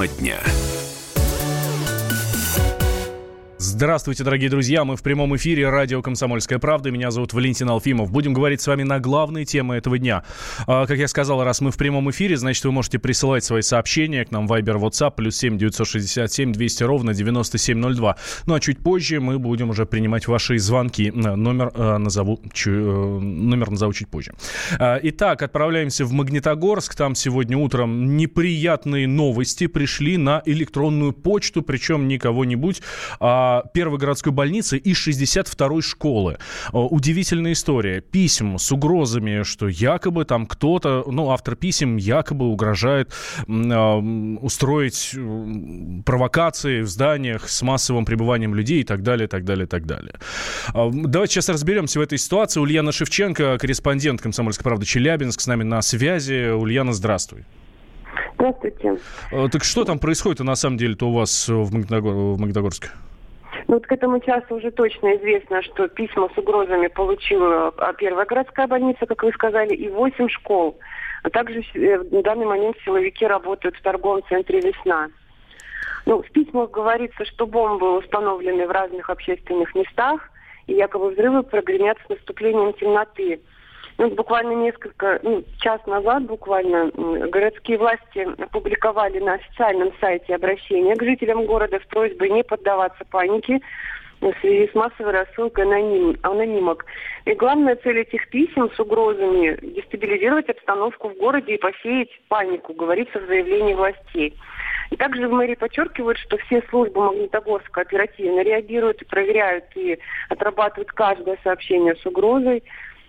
Тема дня. Здравствуйте, дорогие друзья. Мы в прямом эфире радио «Комсомольская правда». Меня зовут Валентин Алфимов. Будем говорить с вами на главные темы этого дня. Как я сказал, раз мы в прямом эфире, значит, вы можете присылать свои сообщения к нам в Viber, WhatsApp, +7 967 200 ровно 9702. Ну а чуть позже мы будем уже принимать ваши звонки. Номер назову чуть позже. Итак, отправляемся в Магнитогорск. Там сегодня утром неприятные новости пришли на электронную почту, причем не кого-нибудь, а первой городской больницы и 62-й школы. Удивительная история. Писем с угрозами, что якобы там кто-то, автор писем якобы угрожает устроить провокации в зданиях с массовым пребыванием людей и так далее, так далее, так далее. Давайте сейчас разберемся в этой ситуации. Ульяна Шевченко, корреспондент «Комсомольской правды» Челябинск, с нами на связи. Ульяна, здравствуй. Здравствуйте. Так что там происходит на самом деле-то у вас в Магнитогорске? К этому часу уже точно известно, что письма с угрозами получила первая городская больница, как вы сказали, и 8 школ. А также в данный момент силовики работают в торговом центре «Весна». В письмах говорится, что бомбы установлены в разных общественных местах, и якобы взрывы прогремят с наступлением темноты. Буквально час назад городские власти опубликовали на официальном сайте обращение к жителям города с просьбой не поддаваться панике в связи с массовой рассылкой анонимок. И главная цель этих писем с угрозами – дестабилизировать обстановку в городе и посеять панику, говорится в заявлении властей. И также в мэрии подчеркивают, что все службы Магнитогорска оперативно реагируют и проверяют и отрабатывают каждое сообщение с угрозой.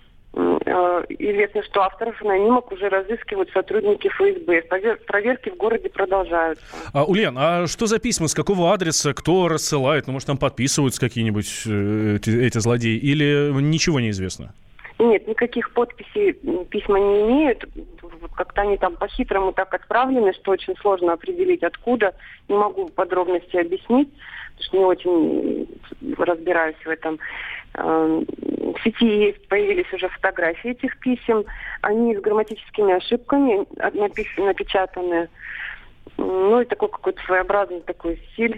Известно, что авторов анонимок уже разыскивают сотрудники ФСБ. Проверки в городе продолжаются. Ульян, а что за письма? С какого адреса? Кто рассылает? Может, там подписываются какие-нибудь эти злодеи? Или ничего не известно? Нет, никаких подписей письма не имеют. Как-то они там по-хитрому так отправлены, что очень сложно определить, откуда. Не могу подробности объяснить, потому что не очень разбираюсь в этом. В сети появились уже фотографии этих писем. Они с грамматическими ошибками напечатаны. И такой какой-то своеобразный такой стиль.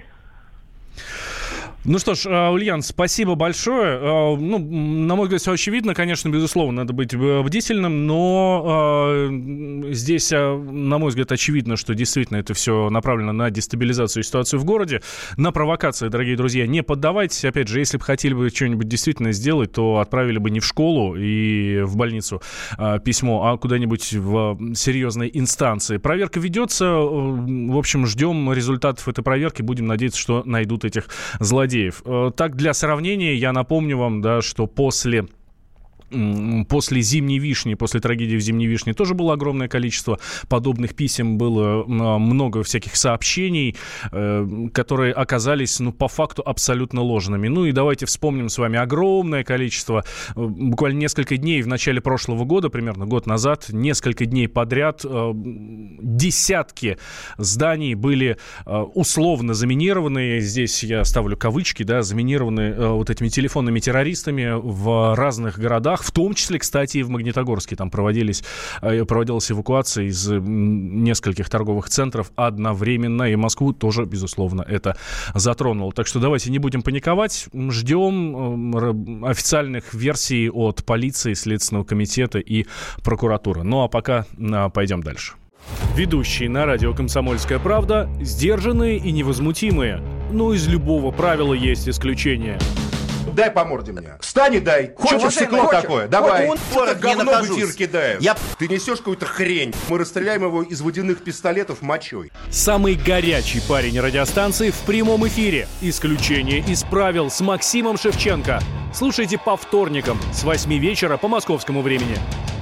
Ну что ж, Ульян, спасибо большое. На мой взгляд, все очевидно. Конечно, безусловно, надо быть бдительным, но здесь, на мой взгляд, очевидно, что действительно это все направлено на дестабилизацию ситуации в городе, на провокации, дорогие друзья. Не поддавайтесь. Опять же, если бы хотели бы что-нибудь действительно сделать, то отправили бы не в школу и в больницу письмо, а куда-нибудь в серьезные инстанции. Проверка ведется. В общем, ждем результатов этой проверки. Будем надеяться, что найдут этих злодеев. Так, для сравнения, я напомню вам, что после «Зимней вишни», после трагедии в «Зимней вишне» тоже было огромное количество подобных писем, было много всяких сообщений, которые оказались, по факту абсолютно ложными. И давайте вспомним с вами огромное количество, буквально несколько дней в начале прошлого года, примерно год назад, несколько дней подряд десятки зданий были условно заминированы, здесь я ставлю кавычки, заминированы вот этими телефонными террористами в разных городах, в том числе, кстати, и в Магнитогорске. Там проводилась эвакуация из нескольких торговых центров одновременно, и Москву тоже, безусловно, это затронуло. Так что давайте не будем паниковать, ждем официальных версий от полиции, Следственного комитета и прокуратуры. А пока пойдем дальше. Ведущие на радио «Комсомольская правда» сдержанные и невозмутимые. Но из любого правила есть исключение. Дай по морде мне. Встань и дай. Хочешь стекло такое? Давай. Что-то говно в эфир кидаешь. Ты несешь какую-то хрень. Мы расстреляем его из водяных пистолетов мочой. Самый горячий парень радиостанции в прямом эфире. Исключение из правил с Максимом Шевченко. Слушайте по вторникам с 8 вечера по московскому времени.